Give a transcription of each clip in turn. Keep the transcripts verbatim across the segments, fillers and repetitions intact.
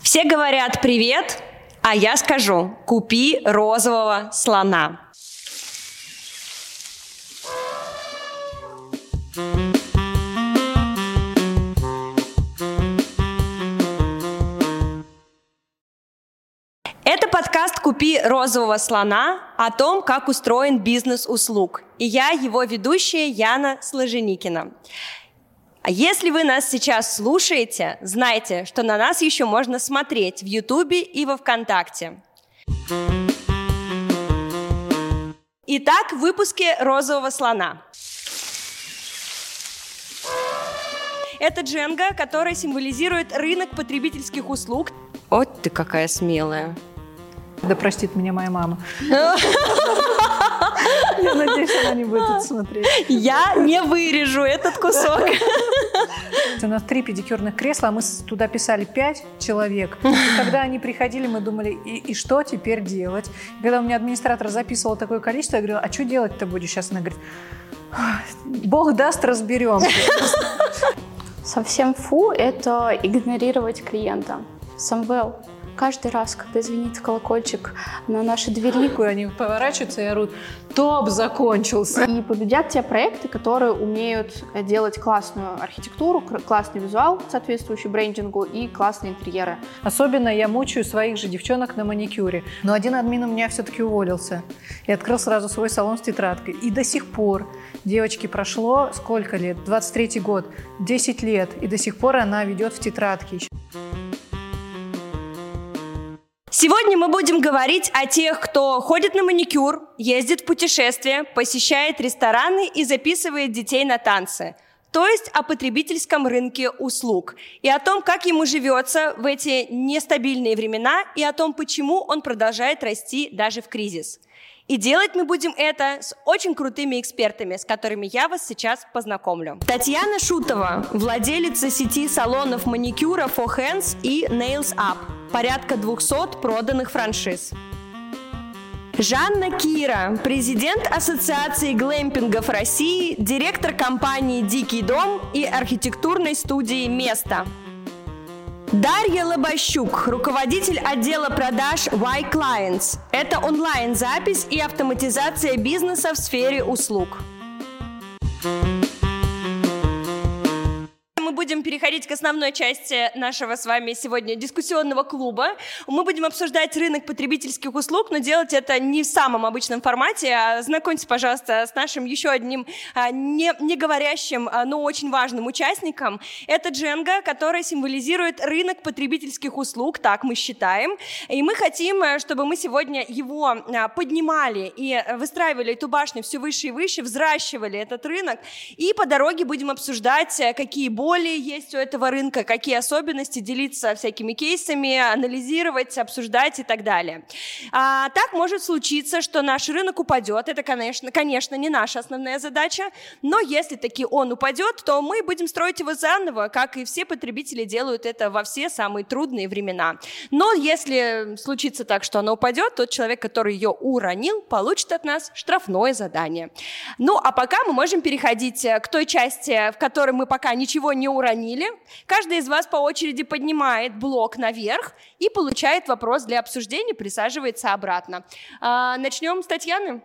Все говорят «привет», а я скажу «купи розового слона». Это подкаст «Купи розового слона» о том, как устроен бизнес услуг. И я, его ведущая, Яна Сложеникина. А если вы нас сейчас слушаете, знайте, что на нас еще можно смотреть в Ютубе и во Вконтакте. Итак, в выпуске «Розового слона». Это дженга, которая символизирует рынок потребительских услуг. Вот ты какая смелая. Да простит меня моя мама. Я надеюсь, она не будет это смотреть. Я не вырежу этот кусок. У нас три педикюрных кресла, а мы туда писали пять человек. И когда они приходили, мы думали, и, и что теперь делать? И когда у меня администратор записывал такое количество, я говорю, а что делать ты будешь? Сейчас она говорит, Бог даст, разберем. Совсем фу – это игнорировать клиента. Самвел. Каждый раз, когда звенит колокольчик на нашей двери, они поворачиваются и орут, топ закончился. И победят те проекты, которые умеют делать классную архитектуру, классный визуал, соответствующий брендингу, и классные интерьеры. Особенно я мучаю своих же девчонок на маникюре. Но один админ у меня все-таки уволился и открыл сразу свой салон с тетрадкой. И до сих пор девочке прошло сколько лет? двадцать третий год, десять лет. И до сих пор она ведет в тетрадке. Сегодня мы будем говорить о тех, кто ходит на маникюр, ездит в путешествия, посещает рестораны и записывает детей на танцы. То есть о потребительском рынке услуг. И о том, как ему живется в эти нестабильные времена, и о том, почему он продолжает расти даже в кризис. И делать мы будем это с очень крутыми экспертами, с которыми я вас сейчас познакомлю. Татьяна Шутова, владелица сети салонов маникюра For Hands и Nails Up. Порядка двухсот проданных франшиз. Жанна Кира, президент Ассоциации глэмпингов России, директор компании «Дикий дом» и архитектурной студии «Место». Дарья Лобощук, руководитель отдела продаж Y-Clients. Это онлайн-запись и автоматизация бизнеса в сфере услуг. Мы будем переходить к основной части нашего с вами сегодня дискуссионного клуба. Мы будем обсуждать рынок потребительских услуг, но делать это не в самом обычном формате. А знакомьтесь, пожалуйста, с нашим еще одним а, не, не говорящим, а, но очень важным участником. Это дженга, которая символизирует рынок потребительских услуг, так мы считаем. И мы хотим, чтобы мы сегодня его а, поднимали и выстраивали эту башню все выше и выше, взращивали этот рынок. И по дороге будем обсуждать, какие боли есть у этого рынка, какие особенности, делиться всякими кейсами, анализировать, обсуждать и так далее. А, так может случиться, что наш рынок упадет. Это, конечно, конечно, не наша основная задача, но если таки он упадет, то мы будем строить его заново, как и все потребители делают это во все самые трудные времена. Но если случится так, что оно упадет, тот человек, который ее уронил, получит от нас штрафное задание. Ну, а пока мы можем переходить к той части, в которой мы пока ничего не уронили. Каждый из вас по очереди поднимает блок наверх и получает вопрос для обсуждения, присаживается обратно. А, начнем с Татьяны.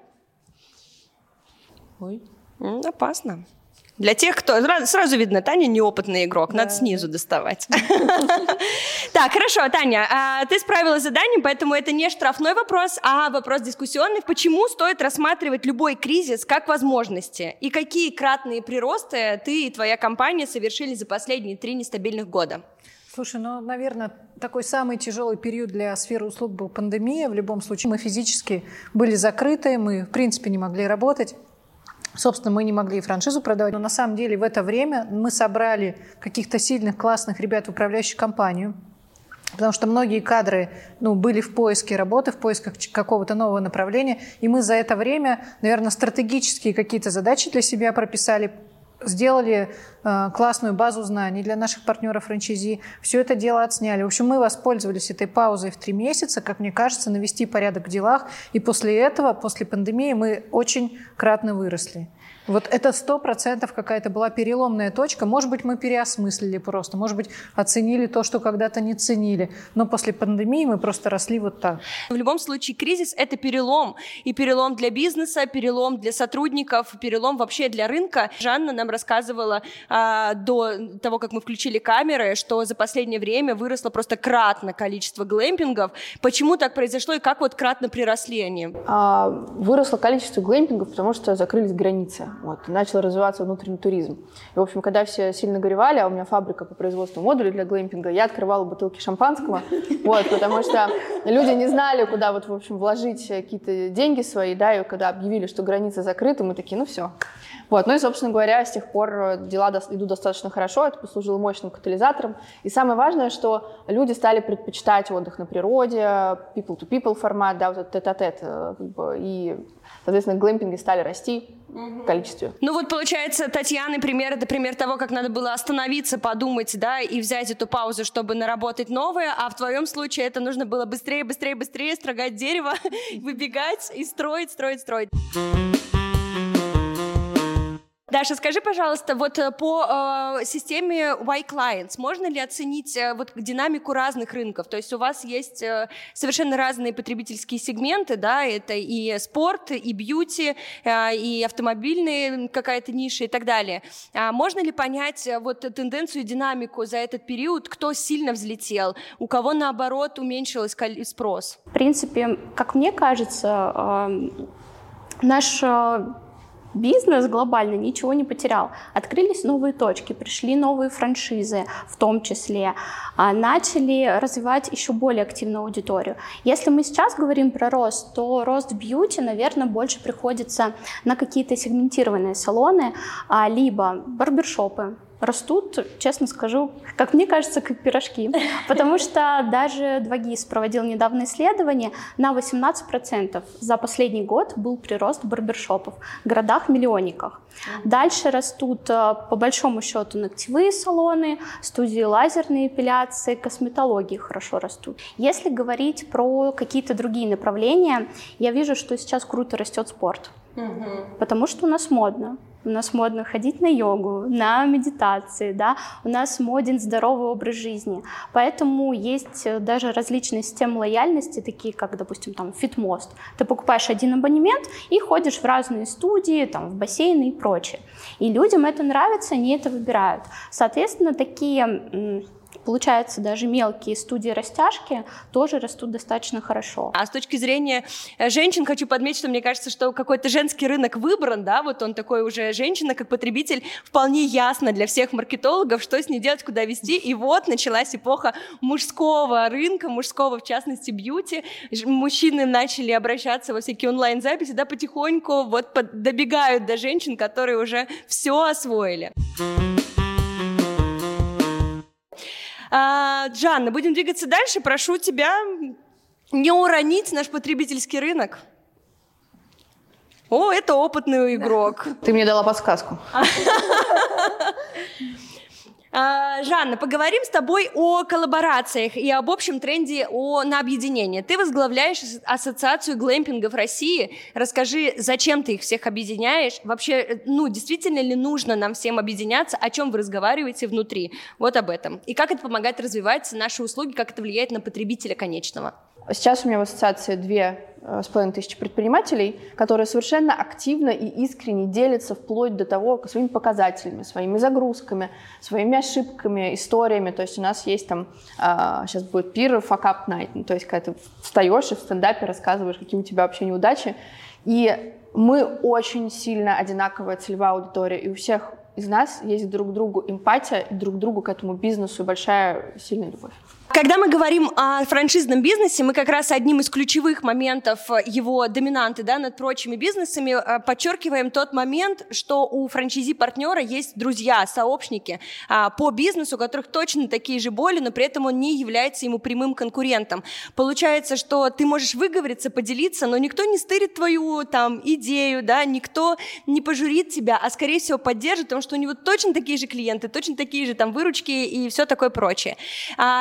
Ой, опасно. Для тех, кто... Сразу видно, Таня неопытный игрок, да, надо снизу доставать. Так, хорошо, Таня, ты справилась с заданием, поэтому это не штрафной вопрос, а вопрос дискуссионный. Почему стоит рассматривать любой кризис как возможности? И какие кратные приросты ты и твоя компания совершили за последние три нестабильных года? Слушай, ну, наверное, такой самый тяжелый период для сферы услуг был пандемия. В любом случае мы физически были закрыты, мы, в принципе, не могли работать. Собственно, мы не могли и франшизу продавать, но на самом деле в это время мы собрали каких-то сильных, классных ребят в управляющую компанию, потому что многие кадры ну, были в поиске работы, в поисках какого-то нового направления, и мы за это время, наверное, стратегические какие-то задачи для себя прописали, сделали э, классную базу знаний для наших партнеров-франчайзи, все это дело отсняли. В общем, мы воспользовались этой паузой в три месяца, как мне кажется, навести порядок в делах, и после этого, после пандемии, мы очень кратно выросли. Вот это сто процентов какая-то была переломная точка. Может быть, мы переосмыслили просто, может быть, оценили то, что когда-то не ценили. Но после пандемии мы просто росли вот так. В любом случае, кризис — это перелом. И перелом для бизнеса, перелом для сотрудников, перелом вообще для рынка. Жанна нам рассказывала а, до того, как мы включили камеры, что за последнее время выросло просто кратно количество глэмпингов. Почему так произошло и как вот кратно приросли они? А, выросло количество глэмпингов, потому что закрылись границы. Вот, начал развиваться внутренний туризм. И, в общем, когда все сильно горевали, а у меня фабрика по производству модулей для глэмпинга, я открывала бутылки шампанского, вот, потому что люди не знали, куда вот, в общем, вложить какие-то деньги свои, да, и когда объявили, что границы закрыты, мы такие, ну все. Вот, ну и, собственно говоря, с тех пор дела идут достаточно хорошо, это послужило мощным катализатором. И самое важное, что люди стали предпочитать отдых на природе, people-to-people формат, да, вот этот тет-а-тет, как бы, и, соответственно, глэмпинги стали расти в количестве. Ну вот, получается, Татьяны пример — это пример того, как надо было остановиться, подумать, да, и взять эту паузу, чтобы наработать новое, а в твоем случае это нужно было быстрее, быстрее, быстрее строгать дерево, выбегать и строить, строить, строить. Даша, скажи, пожалуйста, вот по э, системе Y-Clients можно ли оценить э, вот динамику разных рынков? То есть у вас есть э, совершенно разные потребительские сегменты, да, это и спорт, и бьюти, э, и автомобильные какая-то ниша и так далее. А можно ли понять э, вот тенденцию и динамику за этот период, кто сильно взлетел, у кого, наоборот, уменьшился спрос? В принципе, как мне кажется, э, наш... бизнес глобально ничего не потерял. Открылись новые точки, пришли новые франшизы, в том числе. Начали развивать еще более активную аудиторию. Если мы сейчас говорим про рост, то рост в бьюти, наверное, больше приходится на какие-то сегментированные салоны, либо барбершопы. Растут, честно скажу, как мне кажется, как пирожки. Потому что даже два гис проводил недавно исследование, на восемнадцать процентов за последний год был прирост барбершопов в городах-миллионниках. Дальше растут, по большому счету, ногтевые салоны, студии лазерной эпиляции, косметологии хорошо растут. Если говорить про какие-то другие направления, я вижу, что сейчас круто растет спорт. Угу. Потому что у нас модно. У нас модно ходить на йогу, на медитации, да? У нас моден здоровый образ жизни. Поэтому есть даже различные системы лояльности, такие как, допустим, там Фитмост. Ты покупаешь один абонемент и ходишь в разные студии, там, в бассейны и прочее. И людям это нравится, они это выбирают. Соответственно, такие... Получается, даже мелкие студии-растяжки тоже растут достаточно хорошо. А с точки зрения женщин хочу подметить, что мне кажется, что какой-то женский рынок выбран, да, вот он такой уже женщина, как потребитель, вполне ясно для всех маркетологов, что с ней делать, куда вести. И вот началась эпоха мужского рынка, мужского, в частности, бьюти. Мужчины начали обращаться во всякие онлайн-записи, да, потихоньку вот под, добегают до женщин, которые уже все освоили. А, Жанна, будем двигаться дальше. Прошу тебя не уронить наш потребительский рынок. О, это опытный игрок. Ты мне дала подсказку. Жанна, поговорим с тобой о коллаборациях и об общем тренде о, на объединение. Ты возглавляешь Ассоциацию глэмпингов России. Расскажи, зачем ты их всех объединяешь? Вообще, ну, действительно ли нужно нам всем объединяться? О чем вы разговариваете внутри? Вот об этом. И как это помогает развивать наши услуги, как это влияет на потребителя конечного? Сейчас у меня в ассоциации две с половиной тысячи предпринимателей, которые совершенно активно и искренне делятся вплоть до того, своими показателями, своими загрузками, своими ошибками, историями. То есть у нас есть там, а, сейчас будет пир fuck up night, ну, то есть когда ты встаешь и в стендапе рассказываешь, какие у тебя вообще неудачи. И мы очень сильно одинаковая целевая аудитория, и у всех из нас есть друг к другу эмпатия, и друг к другу к этому бизнесу и большая сильная любовь. Когда мы говорим о франшизном бизнесе, мы как раз одним из ключевых моментов его доминанты, да, над прочими бизнесами подчеркиваем тот момент, что у франчайзи-партнера есть друзья, сообщники а, по бизнесу, у которых точно такие же боли, но при этом он не является ему прямым конкурентом. Получается, что ты можешь выговориться, поделиться, но никто не стырит твою там идею, да, никто не пожурит тебя, а скорее всего поддержит, потому что у него точно такие же клиенты, точно такие же там выручки и все такое прочее. А, и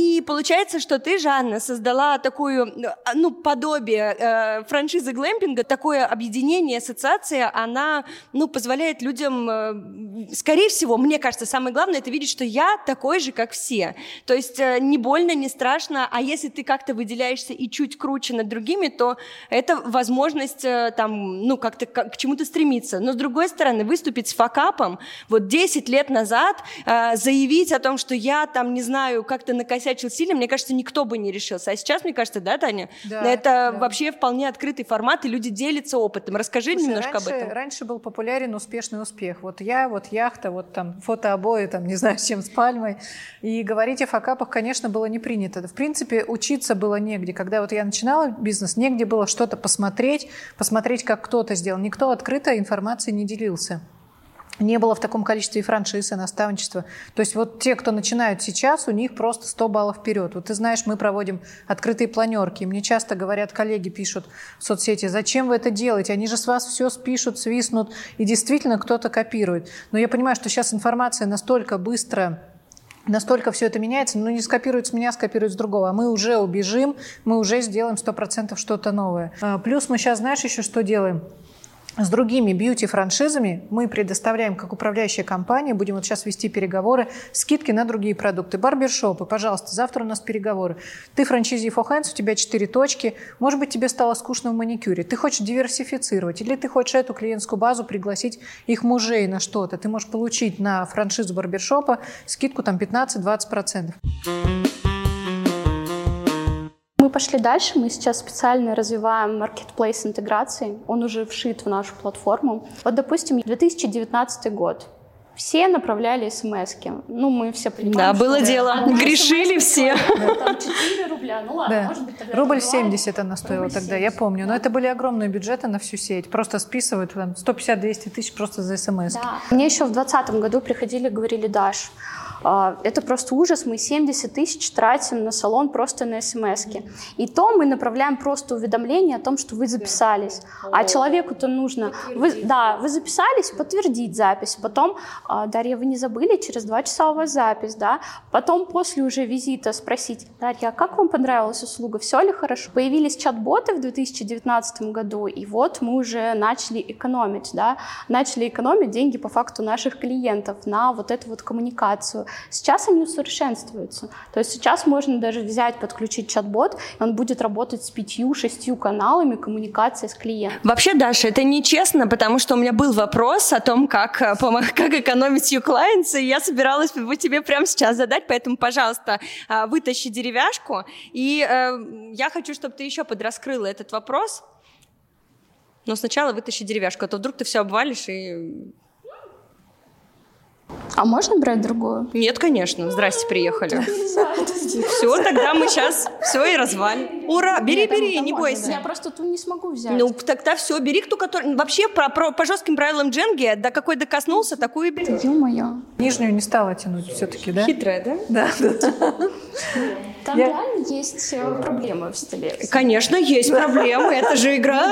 и получается, что ты, Жанна, создала такую, ну, подобие э, франшизы глэмпинга, такое объединение, ассоциация, она, ну, позволяет людям, э, скорее всего, мне кажется, самое главное, это видеть, что я такой же, как все. То есть э, не больно, не страшно, а если ты как-то выделяешься и чуть круче над другими, то это возможность э, там, ну, как-то к, к чему-то стремиться. Но, с другой стороны, выступить с факапом, вот десять лет назад э, заявить о том, что я там, не знаю, как-то накосячил сильно, мне кажется, никто бы не решился. А сейчас, мне кажется, да, Таня? Да, это да. вообще вполне открытый формат, и люди делятся опытом. Расскажи Слушай, немножко раньше, об этом. Раньше был популярен успешный успех. Вот я, вот яхта, вот там фотообои, там не знаю, с чем, с пальмой. И говорить о факапах, конечно, было не принято. В принципе, учиться было негде. Когда вот я начинала бизнес, негде было что-то посмотреть, посмотреть, как кто-то сделал. Никто открыто информацией не делился. Не было в таком количестве и франшиз, и наставничества. То есть вот те, кто начинают сейчас, у них просто сто баллов вперед. Вот ты знаешь, мы проводим открытые планерки. И мне часто говорят, коллеги пишут в соцсети, зачем вы это делаете? Они же с вас все спишут, свистнут. И действительно кто-то копирует. Но я понимаю, что сейчас информация настолько быстро... Настолько все это меняется, ну не скопируют с меня, скопируют с другого. А мы уже убежим, мы уже сделаем сто процентов что-то новое. Плюс мы сейчас, знаешь, еще что делаем? С другими бьюти-франшизами мы предоставляем, как управляющая компания, будем вот сейчас вести переговоры, скидки на другие продукты. Барбершопы, пожалуйста, завтра у нас переговоры. Ты франчайзи four hands, у тебя четыре точки. Может быть, тебе стало скучно в маникюре. Ты хочешь диверсифицировать, или ты хочешь эту клиентскую базу пригласить их мужей на что-то. Ты можешь получить на франшизу барбершопа скидку там пятнадцать-двадцать процентов. Мы пошли дальше, мы сейчас специально развиваем маркетплейс интеграции, он уже вшит в нашу платформу. Вот, допустим, две тысячи девятнадцатый год. Все направляли смс-ки. Ну, мы все понимаем, да, что... было дело. Грешили все. Там четыре рубля. Ну ладно, да. может быть, тогда... Рубль семьдесят она стоила тогда, я помню. Но это были огромные бюджеты на всю сеть. Просто списывают там сто пятьдесят - двести тысяч просто за смс. Да. Мне еще в двадцатом году приходили, говорили, Даш, это просто ужас, мы семьдесят тысяч тратим на салон просто на смс-ки. И то мы направляем просто уведомление о том, что вы записались. А человеку-то нужно... Вы, да, вы записались, подтвердить запись. Потом, Дарья, вы не забыли, через два часа у вас запись, да? Потом после уже визита спросить, Дарья, а как вам понравилась услуга, все ли хорошо? Появились чат-боты в две тысячи девятнадцатом году, и вот мы уже начали экономить, да? Начали экономить деньги по факту наших клиентов на вот эту вот коммуникацию. Сейчас они усовершенствуются. То есть сейчас можно даже взять, подключить чат-бот, и он будет работать с пятью-шестью каналами коммуникации с клиентом. Вообще, Даша, это нечестно, потому что у меня был вопрос о том, как, как экономить U-Clients, и я собиралась его тебе прямо сейчас задать, поэтому, пожалуйста, вытащи деревяшку, и я хочу, чтобы ты еще подраскрыла этот вопрос, но сначала вытащи деревяшку, а то вдруг ты все обвалишь и... А можно брать другую? Нет, конечно. Здрасте, приехали. Все, тогда мы сейчас все и развалим. Ура! Бери, бери, не бойся. Я просто ту не смогу взять. Ну, тогда все, бери ту, которую... Вообще, по жестким правилам Дженги, до какой докоснулся, такую и бери. Ё-моё. Нижнюю не стала тянуть все-таки, да? Хитрая, да? Да, да. Там я... реально есть проблемы в столе. Конечно, есть проблемы. Это же игра.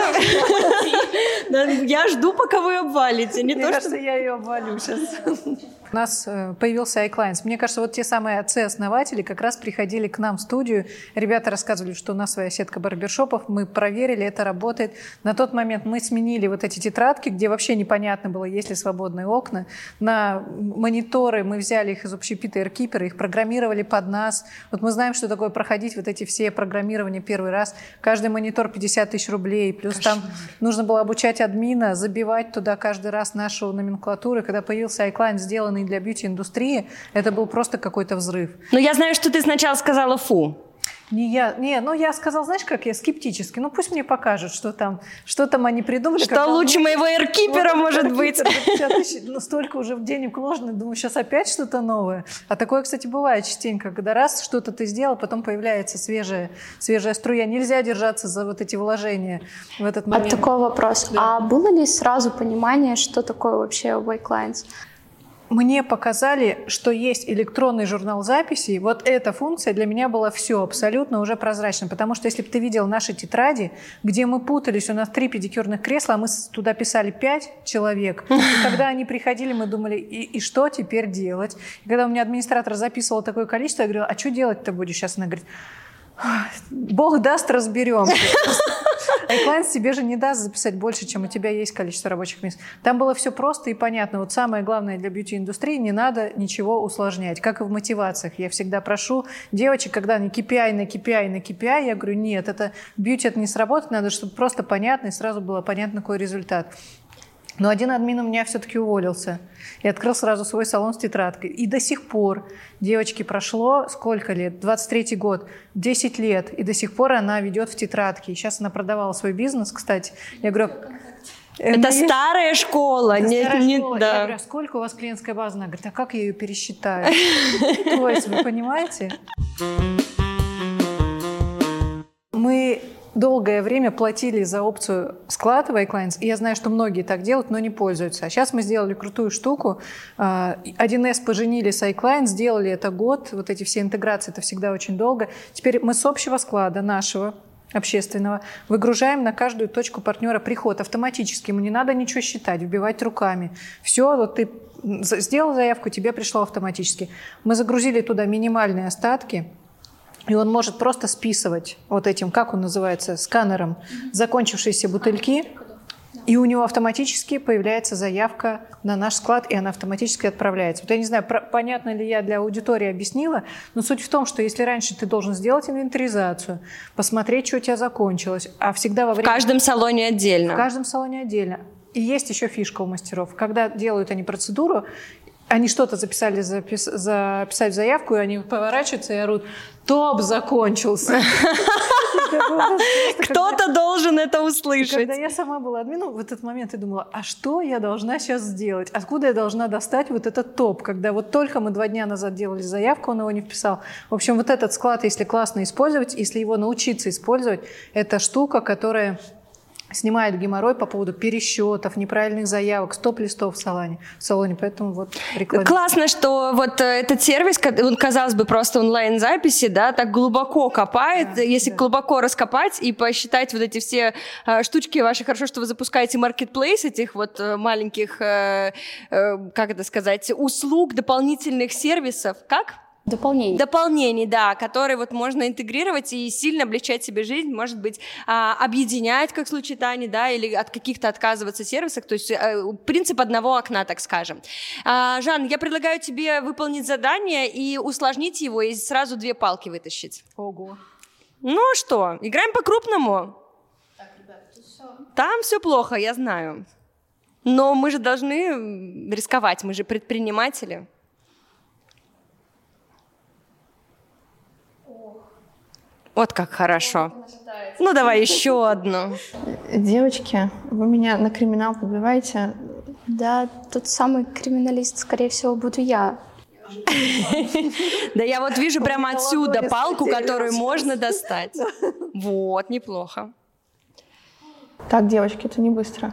Я жду, пока вы обвалите. Мне кажется, я ее обвалю сейчас. У нас появился iClients. Мне кажется, вот те самые отцы-основатели как раз приходили к нам в студию. Ребята рассказывали, что у нас своя сетка барбершопов. Мы проверили, это работает. На тот момент мы сменили вот эти тетрадки, где вообще непонятно было, есть ли свободные окна. На мониторы мы взяли их из общепита AirKeeper, их программировали под нас. Вот мы знаем, что такое проходить вот эти все программирования первый раз. Каждый монитор пятьдесят тысяч рублей. Плюс Кошмар. Там нужно было обучать админа, забивать туда каждый раз нашу номенклатуру. Когда появился iClients, сделанный для бьюти-индустрии, это был просто какой-то взрыв. Но я знаю, что ты сначала сказала «фу». Не я, не, ну я сказала, знаешь, как я скептически, ну пусть мне покажут, что там, что там они придумали. Что лучше моего AirKeeper может быть. Ну столько уже в денег вложено, думаю, сейчас опять что-то новое. А такое, кстати, бывает частенько, когда раз что-то ты сделал, потом появляется свежая, свежая струя. Нельзя держаться за вот эти вложения в этот момент. А такой вопрос. Да. А было ли сразу понимание, что такое вообще iClients? мне показали, что есть электронный журнал записей. Вот эта функция для меня была все абсолютно уже прозрачно. Потому что если бы ты видел наши тетради, где мы путались, у нас три педикюрных кресла, а мы туда писали пять человек. И когда они приходили, мы думали, и, и что теперь делать? И когда у меня администратор записывал такое количество, я говорила, а что делать-то будешь? Сейчас она говорит, Бог даст, разберемся. iClients тебе же не даст записать больше, чем у тебя есть количество рабочих мест. Там было все просто и понятно. Вот самое главное для бьюти-индустрии, не надо ничего усложнять. Как и в мотивациях. Я всегда прошу девочек, когда они кей пи ай на кей пи ай на кей пи ай, я говорю, нет, это бьюти это не сработает, надо, чтобы просто понятно и сразу было понятно, какой результат. Но один админ у меня все-таки уволился и открыл сразу свой салон с тетрадкой. И до сих пор девочке прошло сколько лет? двадцать третий год, десять лет. И до сих пор она ведет в тетрадке. И сейчас она продавала свой бизнес, кстати. Я говорю... Это старая есть... школа. Это не, старая не, школа. Да. Я говорю, а сколько у вас клиентская база? Она говорит, а как я ее пересчитаю? То есть, вы понимаете? Мы... долгое время платили за опцию склад в iClients, и я знаю, что многие так делают, но не пользуются. А сейчас мы сделали крутую штуку. один эс поженили с iClients, сделали это год, вот эти все интеграции, это всегда очень долго. Теперь мы с общего склада нашего, общественного, выгружаем на каждую точку партнера приход автоматически. Ему не надо ничего считать, вбивать руками. Все, вот ты сделал заявку, тебе пришло автоматически. Мы загрузили туда минимальные остатки, и он может просто списывать вот этим, как он называется, сканером, закончившиеся бутыльки, и у него автоматически появляется заявка на наш склад, и она автоматически отправляется. Вот я не знаю, про- понятно ли я для аудитории объяснила, но суть в том, что если раньше ты должен сделать инвентаризацию, посмотреть, что у тебя закончилось, а всегда во время... В каждом салоне отдельно. В каждом салоне отдельно. И есть еще фишка у мастеров. Когда делают они процедуру, они что-то записали, запис, записать в заявку, и они поворачиваются и орут, топ закончился. Кто-то должен это услышать. Когда я сама была админом, в этот момент я думала, а что я должна сейчас сделать? Откуда я должна достать вот этот топ? Когда вот только мы два дня назад делали заявку, он его не вписал. В общем, вот этот склад, если классно использовать, если его научиться использовать, это штука, которая... снимает геморрой по поводу пересчетов, неправильных заявок, стоп-листов в салоне. В салоне, поэтому вот рекламирую. Классно, что вот этот сервис, он, казалось бы, просто онлайн-записи, да, так глубоко копает. Да, Если да. глубоко раскопать и посчитать вот эти все э, штучки ваши, хорошо, что вы запускаете маркетплейс этих вот э, маленьких, э, э, как это сказать, услуг, дополнительных сервисов. Как? Дополнений. Дополнений, да, которые вот можно интегрировать и сильно облегчать себе жизнь, может быть, а, объединять, как в случае Тани, да, или от каких-то отказываться сервисов, то есть а, принцип одного окна, так скажем. А, Жан, я предлагаю тебе выполнить задание и усложнить его, и сразу две палки вытащить. Ого. Ну что, играем по-крупному? Так, ребята, тут все. Там все плохо, я знаю. Но мы же должны рисковать, мы же предприниматели. Вот как хорошо. Ну, давай еще одну. Девочки, вы меня на криминал подбиваете? Да, тот самый криминалист, скорее всего, буду я. Да я вот вижу прямо отсюда палку, которую можно достать. Вот, неплохо. Так, девочки, это не быстро.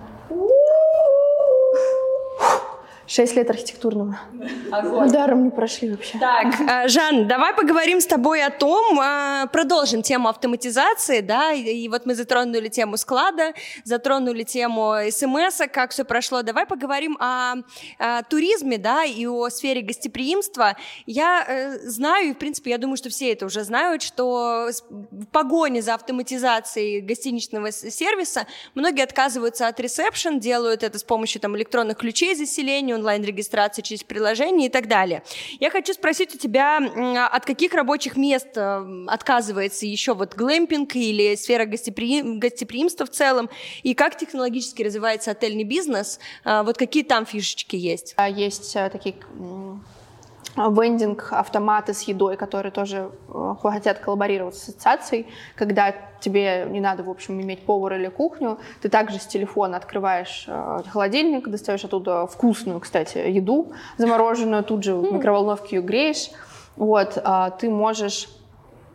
Шесть лет архитектурного. Огонь. Даром не прошли вообще. Так, Жан, давай поговорим с тобой о том, продолжим тему автоматизации, да, и, и вот мы затронули тему склада, затронули тему смс, как все прошло. Давай поговорим о, о туризме, да, и о сфере гостеприимства. Я э, знаю, и в принципе, я думаю, что все это уже знают, что в погоне за автоматизацией гостиничного сервиса многие отказываются от ресепшн, делают это с помощью там электронных ключей заселения, онлайн-регистрации через приложение и так далее. Я хочу спросить у тебя, от каких рабочих мест отказывается еще вот глэмпинг или сфера гостепри... гостеприимства в целом, и как технологически развивается отельный бизнес, вот какие там фишечки есть? Есть такие вендинг, автоматы с едой, которые тоже хотят коллаборировать с ассоциацией, когда тебе не надо, в общем, иметь повара или кухню, ты также с телефона открываешь холодильник, достаешь оттуда вкусную, кстати, еду замороженную, тут же в микроволновке ее греешь, вот, ты можешь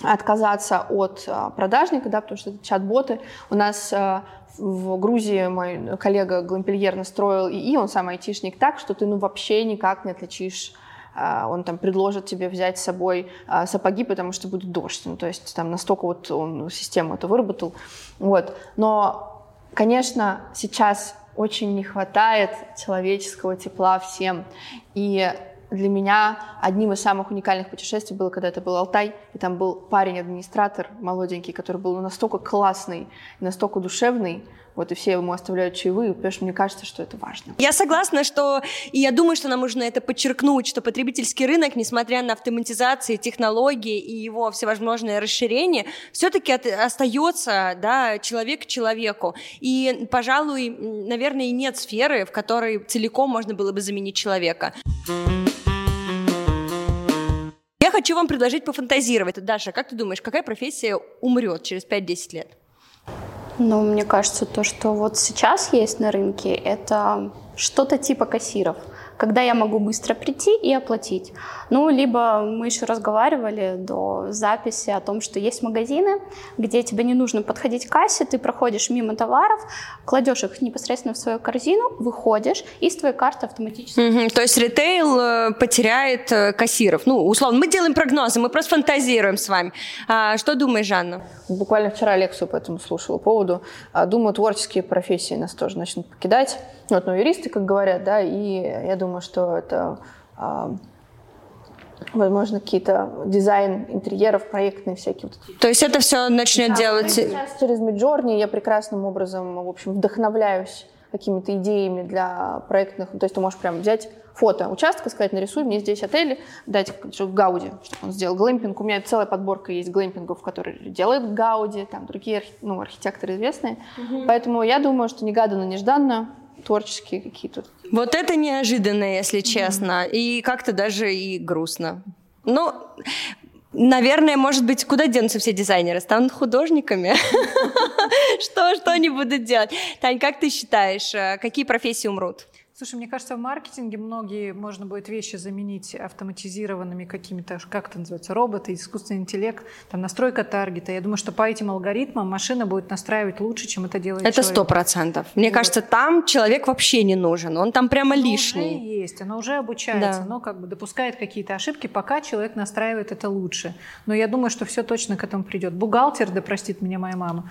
отказаться от продажника, да, потому что это чат-боты. У нас в Грузии мой коллега Глампельер настроил ИИ, он сам айтишник, так, что ты ну, вообще никак не отличишь. Он там предложит тебе взять с собой сапоги, потому что будет дождь. Ну, то есть там настолько вот он систему это выработал. Вот. Но, конечно, сейчас очень не хватает человеческого тепла всем. И для меня одним из самых уникальных путешествий было, когда это был Алтай, и там был парень-администратор молоденький, который был настолько классный, настолько душевный, вот, и все ему оставляют чаевые, потому что мне кажется, что это важно. Я согласна, что, и я думаю, что нам нужно это подчеркнуть, что потребительский рынок, несмотря на автоматизацию, технологии и его всевозможное расширение, все-таки от, остается, да, человек к человеку. И, пожалуй, наверное, и нет сферы, в которой целиком можно было бы заменить человека. Я хочу вам предложить пофантазировать. Даша, как ты думаешь, какая профессия умрет через пять-десять лет? Ну, мне кажется, то, что вот сейчас есть на рынке, это что-то типа кассиров, когда я могу быстро прийти и оплатить. Ну, либо мы еще разговаривали до записи о том, что есть магазины, где тебе не нужно подходить к кассе, ты проходишь мимо товаров, кладешь их непосредственно в свою корзину, выходишь, и с твоей карты автоматически. Mm-hmm. То есть ритейл потеряет кассиров. Ну, условно, мы делаем прогнозы, мы просто фантазируем с вами. А что думаешь, Жанна? Буквально вчера лекцию по этому слушала по поводу. Думаю, творческие профессии нас тоже начнут покидать. Вот, ну, юристы, как говорят, да, и я думаю, что это, возможно, какие-то дизайн интерьеров, проектные всякие. То есть это все начнет да, делать... Сейчас через Midjourney я прекрасным образом, в общем, вдохновляюсь какими-то идеями для проектных. То есть ты можешь прям взять фото участка, сказать, нарисуй мне здесь отель, дать Гауди, чтобы он сделал глэмпинг. У меня целая подборка есть глэмпингов, которые делают Гауди, там другие ну, архитекторы известные. Угу. Поэтому я думаю, что негаданно-нежданно творческие какие-то. Вот это неожиданно, если честно, mm-hmm. и как-то даже и грустно. Ну, наверное, может быть, куда денутся все дизайнеры? Станут художниками? Что, что они будут делать? Тань, как ты считаешь, какие профессии умрут? Слушай, мне кажется, в маркетинге многие можно будет вещи заменить автоматизированными какими-то, как это называется, роботы, искусственный интеллект, там настройка таргета. Я думаю, что по этим алгоритмам машина будет настраивать лучше, чем это делает это человек. Это сто процентов. Мне вот. кажется, там человек вообще не нужен, он там прямо оно лишний. Уже есть, оно уже обучается, да. но как бы допускает какие-то ошибки, пока человек настраивает это лучше. Но я думаю, что все точно к этому придет. Бухгалтер, да простит меня моя мама.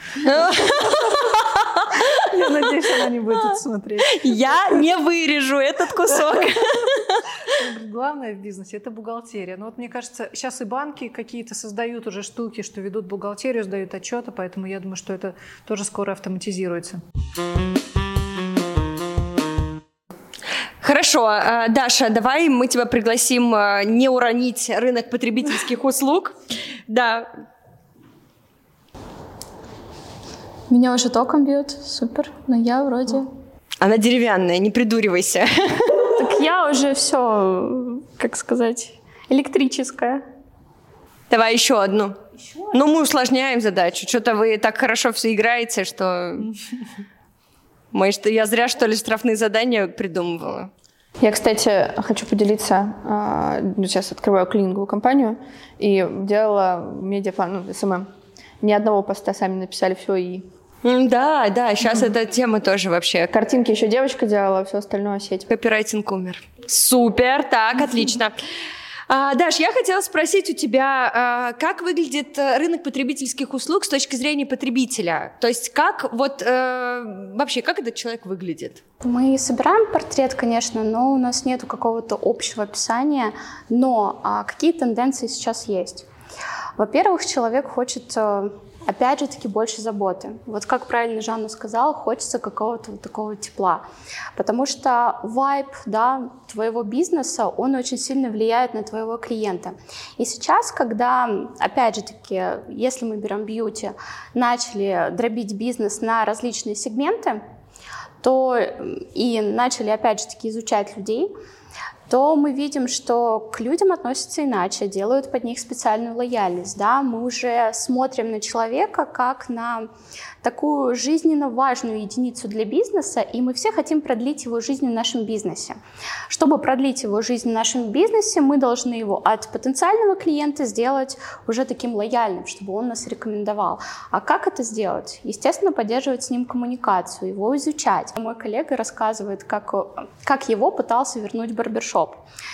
Я надеюсь, она не будет это смотреть. Я не вырежу этот кусок. Главное в бизнесе – это бухгалтерия. Но вот мне кажется, сейчас и банки какие-то создают уже штуки, что ведут бухгалтерию, сдают отчеты, поэтому я думаю, что это тоже скоро автоматизируется. Хорошо, Даша, давай мы тебя пригласим не уронить рынок потребительских услуг. Да. Меня уже током бьет, супер, но я вроде... Она деревянная, не придуривайся. Так я уже все, как сказать, электрическая. Давай еще одну. Еще? Ну, мы усложняем задачу. Что-то вы так хорошо все играете, что... Может, я зря, что ли, штрафные задания придумывала. Я, кстати, хочу поделиться. Сейчас открываю клининговую компанию и делала медиаплан, ну, эс эм эм. Ни одного поста сами написали, все и... Да, да, сейчас mm-hmm. эта тема тоже вообще. Картинки еще девочка делала, все остальное сеть. Копирайтинг умер. Супер, так, mm-hmm. отлично. А, Даш, я хотела спросить у тебя, а, как выглядит рынок потребительских услуг с точки зрения потребителя? То есть как вот э, вообще, как этот человек выглядит? Мы собираем портрет, конечно, но у нас нету какого-то общего описания, но а, какие тенденции сейчас есть? Во-первых, человек хочет, опять же таки, больше заботы. Вот как правильно Жанна сказала, хочется какого-то вот такого тепла. Потому что вайб, да, твоего бизнеса, он очень сильно влияет на твоего клиента. И сейчас, когда, опять же таки, если мы берем бьюти, начали дробить бизнес на различные сегменты, то и начали, опять же таки, изучать людей, то мы видим, что к людям относятся иначе, делают под них специальную лояльность. Да? Мы уже смотрим на человека как на такую жизненно важную единицу для бизнеса, и мы все хотим продлить его жизнь в нашем бизнесе. Чтобы продлить его жизнь в нашем бизнесе, мы должны его от потенциального клиента сделать уже таким лояльным, чтобы он нас рекомендовал. А как это сделать? Естественно, поддерживать с ним коммуникацию, его изучать. Мой коллега рассказывает, как, как его пытался вернуть барбершоп.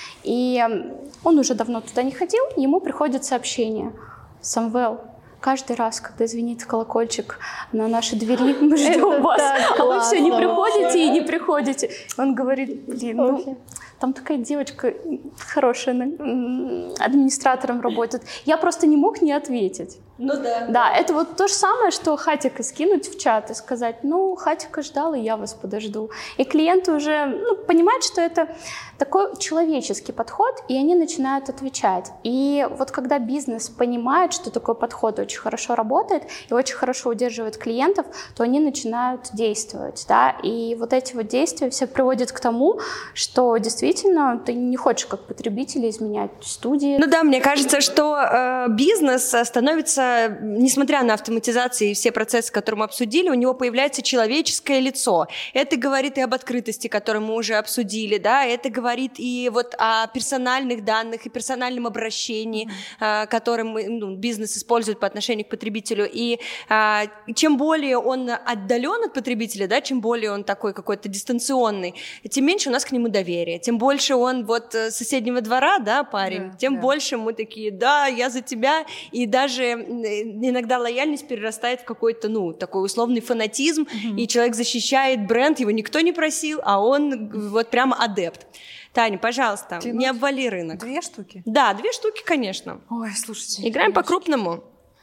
И он уже давно туда не ходил, ему приходит сообщение: «Самвел, каждый раз, когда звенит колокольчик на нашей двери, мы ждем вас, а вы все не приходите и не приходите». Он говорит: блин, ну, там такая девочка хорошая, администратором работает. Я просто не мог не ответить. Ну да. Да, это вот то же самое, что Хатика скинуть в чат и сказать: ну, Хатика ждал, и я вас подожду. И клиенты уже ну, понимают, что это такой человеческий подход, и они начинают отвечать. И вот когда бизнес понимает, что такой подход очень хорошо работает и очень хорошо удерживает клиентов, то они начинают действовать. Да? И вот эти вот действия все приводят к тому, что действительно ты не хочешь как потребитель изменять студии. Ну да, мне кажется, что э, бизнес становится, несмотря на автоматизацию и все процессы, которые мы обсудили, у него появляется человеческое лицо. Это говорит и об открытости, которую мы уже обсудили, да, это говорит и вот о персональных данных, и персональном обращении, mm-hmm. которым ну, бизнес использует по отношению к потребителю. И а, чем более он отдален от потребителя, да, чем более он такой какой-то дистанционный, тем меньше у нас к нему доверия, тем больше он вот с соседнего двора, да, парень, yeah, тем yeah. больше мы такие: да, я за тебя, и даже иногда лояльность перерастает в какой-то, ну, такой условный фанатизм, mm-hmm. и человек защищает бренд, его никто не просил, а он вот прямо адепт. Таня, пожалуйста, Тянуть? не обвали рынок. Две штуки? Да, две штуки, конечно. Ой, слушайте. Играем по-крупному.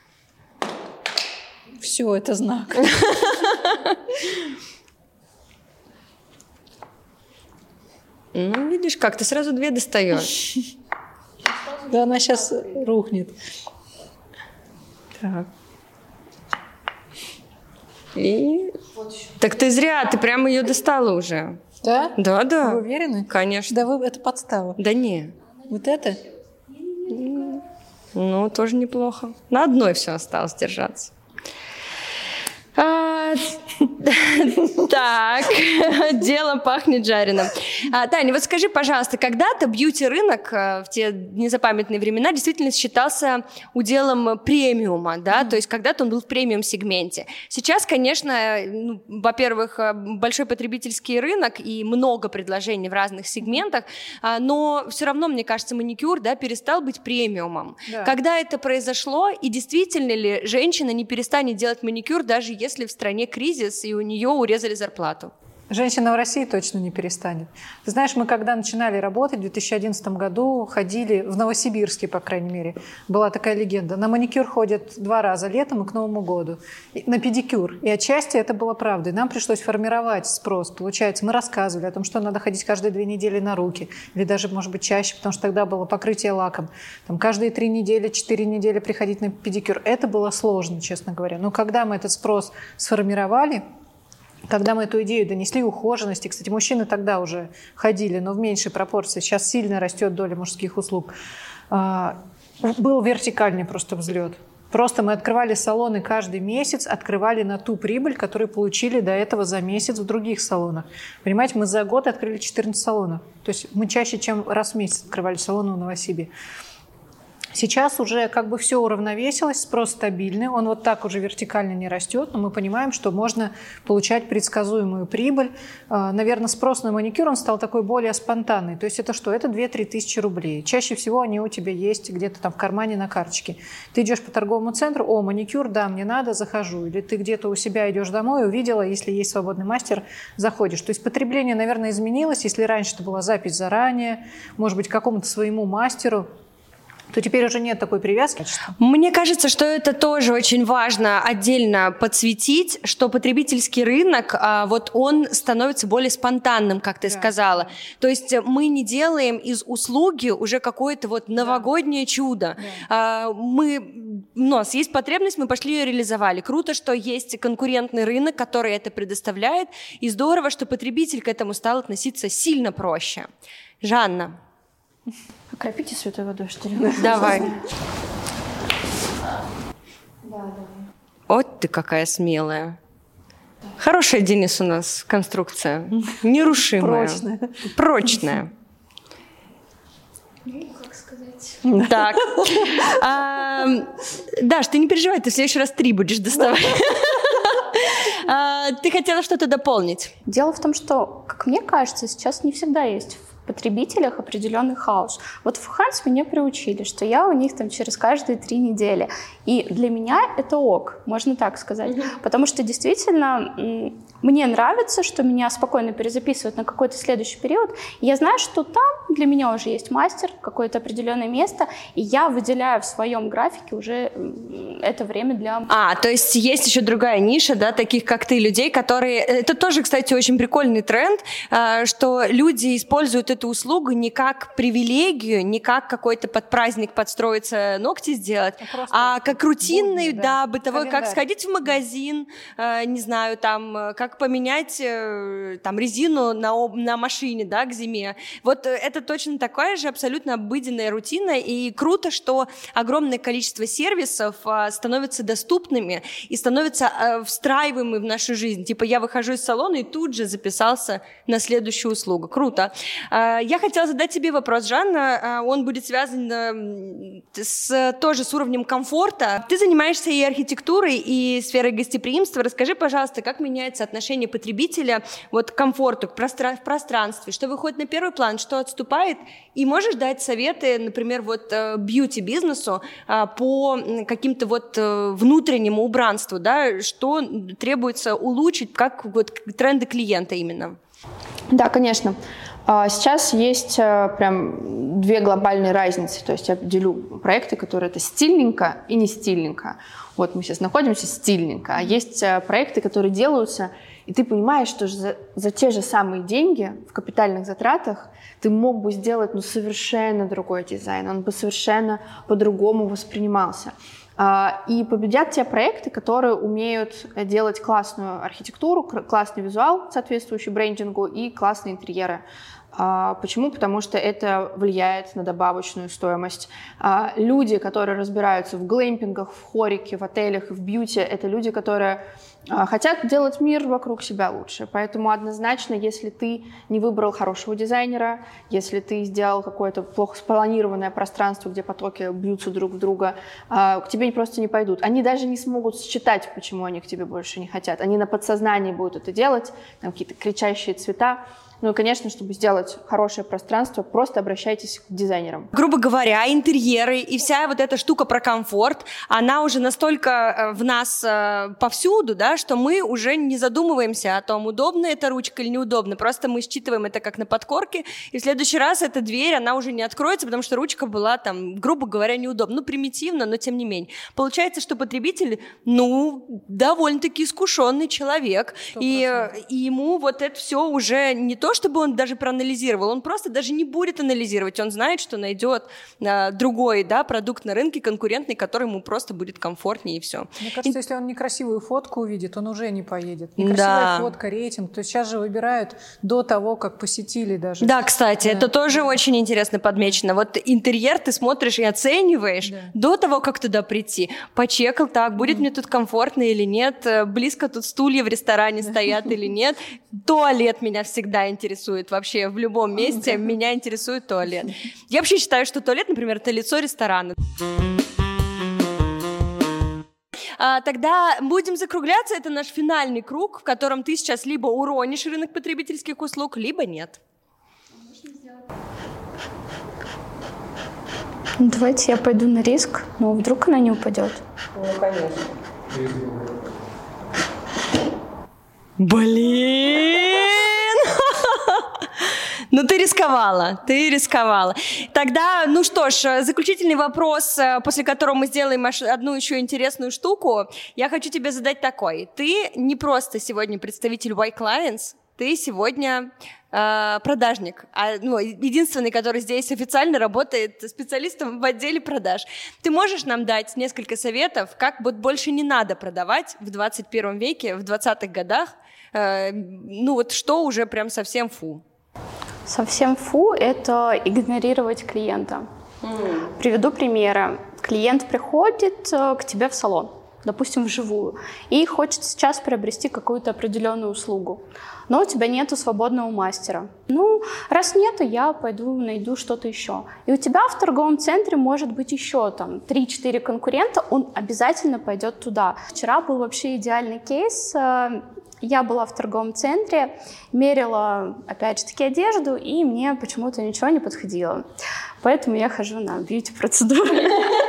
Все, это знак. Ну, видишь, как ты сразу две достаешь. Да, она сейчас рухнет. Так. И... Так ты зря, ты прямо ее достала уже. Да? Да, да. Вы уверены? Конечно. Да, вы, это подстава. Да не. Вот это? Ну, тоже неплохо. На одной все осталось держаться. А, так, дело пахнет жареным. А, Таня, вот скажи, пожалуйста, когда-то бьюти-рынок в те незапамятные времена действительно считался уделом премиума, да, mm-hmm. то есть когда-то он был в премиум-сегменте. Сейчас, конечно, ну, во-первых, большой потребительский рынок и много предложений в разных сегментах, но все равно, мне кажется, маникюр, да, перестал быть премиумом. Yeah. Когда это произошло, и действительно ли женщина не перестанет делать маникюр, даже если в стране кризис, и у нее урезали зарплату? Женщина в России точно не перестанет. Ты знаешь, мы когда начинали работать в две тысячи одиннадцатом году, ходили в Новосибирске, по крайней мере, была такая легенда. На маникюр ходят два раза летом и к Новому году. И на педикюр. И отчасти это было правдой. Нам пришлось формировать спрос. Получается, мы рассказывали о том, что надо ходить каждые две недели на руки. Или даже, может быть, чаще, потому что тогда было покрытие лаком. Там, каждые три недели, четыре недели приходить на педикюр. Это было сложно, честно говоря. Но когда мы этот спрос сформировали, когда мы эту идею донесли ухоженности, кстати, мужчины тогда уже ходили, но в меньшей пропорции, сейчас сильно растет доля мужских услуг, был вертикальный просто взлет. Просто мы открывали салоны каждый месяц, открывали на ту прибыль, которую получили до этого за месяц в других салонах. Понимаете, мы за год открыли четырнадцать салонов. То есть мы чаще, чем раз в месяц открывали салоны в Новосибе. Сейчас уже как бы все уравновесилось, спрос стабильный, он вот так уже вертикально не растет, но мы понимаем, что можно получать предсказуемую прибыль. Наверное, спрос на маникюр, он стал такой более спонтанный. То есть это что? Это две-три тысячи рублей. Чаще всего они у тебя есть где-то там в кармане на карточке. Ты идешь по торговому центру, о, маникюр, да, мне надо, захожу. Или ты где-то у себя идешь домой, увидела, если есть свободный мастер, заходишь. То есть потребление, наверное, изменилось. Если раньше это была запись заранее, может быть, к какому-то своему мастеру, то теперь уже нет такой привязки. Мне кажется, что это тоже очень важно отдельно подсветить, что потребительский рынок, вот он становится более спонтанным, как ты да. сказала. То есть мы не делаем из услуги уже какое-то вот новогоднее да. чудо. Да. Мы, у нас есть потребность, мы пошли ее реализовали. Круто, что есть конкурентный рынок, который это предоставляет, и здорово, что потребитель к этому стал относиться сильно проще. Жанна. Окропите святой водой, что ли? Давай. Вот ты какая смелая. Хорошая, Денис, у нас конструкция. Нерушимая. Прочная. Прочная. Ну, как сказать? Так. А, Даш, ты не переживай, ты в следующий раз три будешь доставать. А, ты хотела что-то дополнить? Дело в том, что, как мне кажется, сейчас не всегда есть в потребителях определенный хаос. Вот в Ханс меня приучили, что я у них там через каждые три недели. И для меня это ок, можно так сказать. Mm-hmm. Потому что действительно м- мне нравится, что меня спокойно перезаписывают на какой-то следующий период. И я знаю, что там для меня уже есть мастер, какое-то определенное место, и я выделяю в своем графике уже это время для... А, то есть есть еще другая ниша, да, таких как ты, людей, которые... Это тоже, кстати, очень прикольный тренд, что люди используют эту услугу не как привилегию, не как какой-то под праздник подстроиться, ногти сделать, а, а как рутинный, будни, да, да, бытовой, календарь. Как сходить в магазин, э, не знаю, там, как поменять э, там резину на, на машине, да, к зиме. Вот это точно такая же абсолютно обыденная рутина, и круто, что огромное количество сервисов э, становятся доступными и становятся э, встраиваемыми в нашу жизнь. Типа я выхожу из салона и тут же записался на следующую услугу. Круто. Я хотела задать тебе вопрос, Жанна. Он будет связан с, тоже с уровнем комфорта. Ты занимаешься и архитектурой, и сферой гостеприимства. Расскажи, пожалуйста, как меняется отношение потребителя вот, к комфорту, к простра- в пространстве? Что выходит на первый план, что отступает? И можешь дать советы, например, вот бьюти-бизнесу по каким-то вот внутреннему убранству, да? Что требуется улучшить, как вот, тренды клиента именно? Да, конечно. Сейчас есть прям две глобальные разницы. То есть я делю проекты, которые это стильненько и не стильненько. Вот мы сейчас находимся стильненько. А есть проекты, которые делаются, и ты понимаешь, что за, за те же самые деньги в капитальных затратах ты мог бы сделать ну, совершенно другой дизайн. Он бы совершенно по-другому воспринимался. И победят те проекты, которые умеют делать классную архитектуру, классный визуал, соответствующий брендингу, и классные интерьеры. Почему? Потому что это влияет на добавочную стоимость. Люди, которые разбираются в глэмпингах, в хорике, в отелях и в бьюти, это люди, которые хотят делать мир вокруг себя лучше. Поэтому однозначно, если ты не выбрал хорошего дизайнера, если ты сделал какое-то плохо спланированное пространство, где потоки бьются друг в друга, к тебе просто не пойдут. Они даже не смогут считать, почему они к тебе больше не хотят. Они на подсознании будут это делать, там какие-то кричащие цвета. Ну и, конечно, чтобы сделать хорошее пространство, просто обращайтесь к дизайнерам. Грубо говоря, интерьеры и вся вот эта штука про комфорт, она уже настолько в нас повсюду, да, что мы уже не задумываемся о том, удобна эта ручка или неудобна. Просто мы считываем это как на подкорке, и в следующий раз эта дверь, она уже не откроется, потому что ручка была там, грубо говоря, неудобна. Ну, примитивно, но тем не менее. Получается, что потребитель, ну, довольно-таки искушенный человек, и, и ему вот это все уже не то, чтобы он даже проанализировал, он просто даже не будет анализировать, он знает, что найдет а, другой, да, продукт на рынке, конкурентный, который ему просто будет комфортнее, и все. Мне кажется, и... если он некрасивую фотку увидит, он уже не поедет. Некрасивая да. фотка, рейтинг, то есть сейчас же выбирают до того, как посетили даже. Да, кстати, да. это тоже очень интересно подмечено. Вот интерьер ты смотришь и оцениваешь да. до того, как туда прийти. Почекал, так, будет mm. мне тут комфортно или нет, близко тут стулья в ресторане стоят или нет. Туалет меня всегда интересует. интересует вообще в любом месте, меня интересует туалет. Я вообще считаю, что туалет, например, это лицо ресторана. А, тогда будем закругляться. Это наш финальный круг, в котором ты сейчас либо уронишь рынок потребительских услуг, либо нет. Ну, давайте я пойду на риск, но вдруг она не упадет. Ну, конечно. Блин! Ну, ты рисковала, ты рисковала. Тогда, ну что ж, заключительный вопрос, после которого мы сделаем одну еще интересную штуку. Я хочу тебе задать такой. Ты не просто сегодня представитель Y-Clients, ты сегодня э, продажник, а, ну, единственный, который здесь официально работает специалистом в отделе продаж. Ты можешь нам дать несколько советов, как вот больше не надо продавать в двадцать первом веке, в двадцатых годах? Э, ну вот что уже прям совсем фу? Совсем фу – это игнорировать клиента. Mm. Приведу примеры. Клиент приходит к тебе в салон, допустим, вживую, и хочет сейчас приобрести какую-то определенную услугу, но у тебя нету свободного мастера. Ну, раз нету, я пойду найду что-то еще. И у тебя в торговом центре может быть еще там три-четыре конкурента, он обязательно пойдет туда. Вчера был вообще идеальный кейс. Я была в торговом центре, мерила, опять же таки, одежду, и мне почему-то ничего не подходило. Поэтому я хожу на бьюти-процедуры,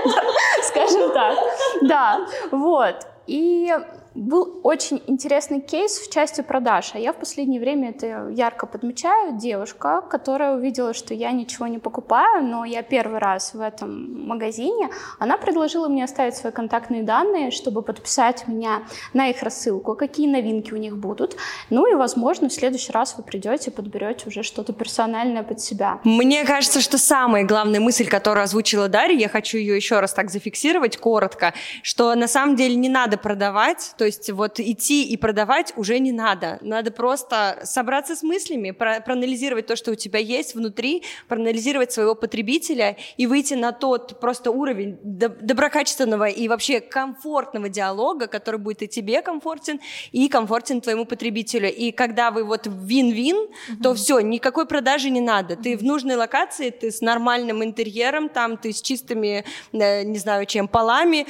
скажем так. Да, вот. И был очень интересный кейс в части продаж. А я в последнее время это ярко подмечаю. Девушка, которая увидела, что я ничего не покупаю, но я первый раз в этом магазине, она предложила мне оставить свои контактные данные, чтобы подписать меня на их рассылку, какие новинки у них будут. Ну и, возможно, в следующий раз вы придете и подберете уже что-то персональное под себя. Мне кажется, что самая главная мысль, которую озвучила Дарья, я хочу ее еще раз так зафиксировать коротко, что на самом деле не надо продавать. То есть вот идти и продавать уже не надо. Надо просто собраться с мыслями, про- проанализировать то, что у тебя есть внутри, проанализировать своего потребителя и выйти на тот просто уровень доб- доброкачественного и вообще комфортного диалога, который будет и тебе комфортен, и комфортен твоему потребителю. И когда вы вот вин-вин, mm-hmm. то все, никакой продажи не надо. Mm-hmm. Ты в нужной локации, ты с нормальным интерьером, там ты с чистыми, не знаю чем, полами,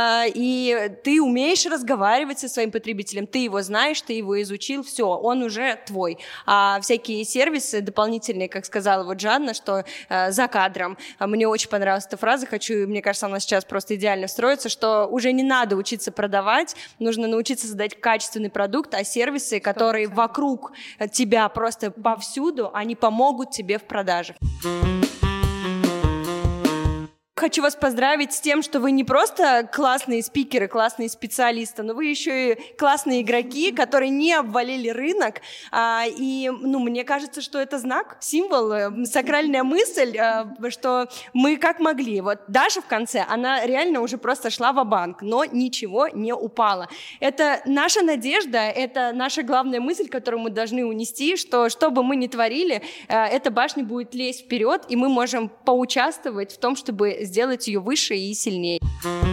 и ты умеешь разговаривать со своим потребителем, ты его знаешь, ты его изучил, все, он уже твой. А всякие сервисы дополнительные, как сказала вот Жанна, что э, за кадром, мне очень понравилась эта фраза, хочу, мне кажется, она сейчас просто идеально встроится, что уже не надо учиться продавать, нужно научиться создать качественный продукт, а сервисы, которые вокруг тебя просто повсюду, они помогут тебе в продажах. Хочу вас поздравить с тем, что вы не просто классные спикеры, классные специалисты, но вы еще и классные игроки, которые не обвалили рынок. А, и, ну, мне кажется, что это знак, символ, сакральная мысль, а, что мы как могли. Вот Даша в конце, она реально уже просто шла ва-банк, но ничего не упало. Это наша надежда, это наша главная мысль, которую мы должны унести, что что бы мы ни творили, а, эта башня будет лезть вперед, и мы можем поучаствовать в том, чтобы сделать ее выше и сильнее.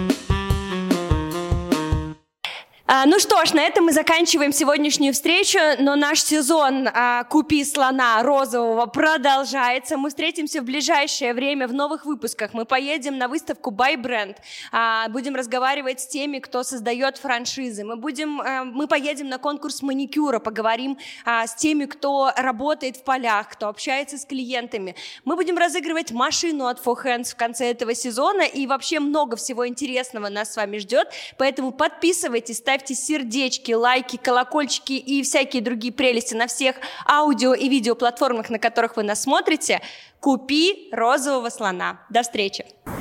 А, ну что ж, на этом мы заканчиваем сегодняшнюю встречу, но наш сезон а, «Купи слона розового» продолжается. Мы встретимся в ближайшее время в новых выпусках. Мы поедем на выставку Buy Brand, а, будем разговаривать с теми, кто создает франшизы. Мы, будем, а, мы поедем на конкурс маникюра, поговорим а, с теми, кто работает в полях, кто общается с клиентами. Мы будем разыгрывать машину от Four Hands в конце этого сезона, и вообще много всего интересного нас с вами ждет. Поэтому подписывайтесь, ставьте Ставьте сердечки, лайки, колокольчики и всякие другие прелести на всех аудио и видеоплатформах, на которых вы нас смотрите. Купи розового слона. До встречи!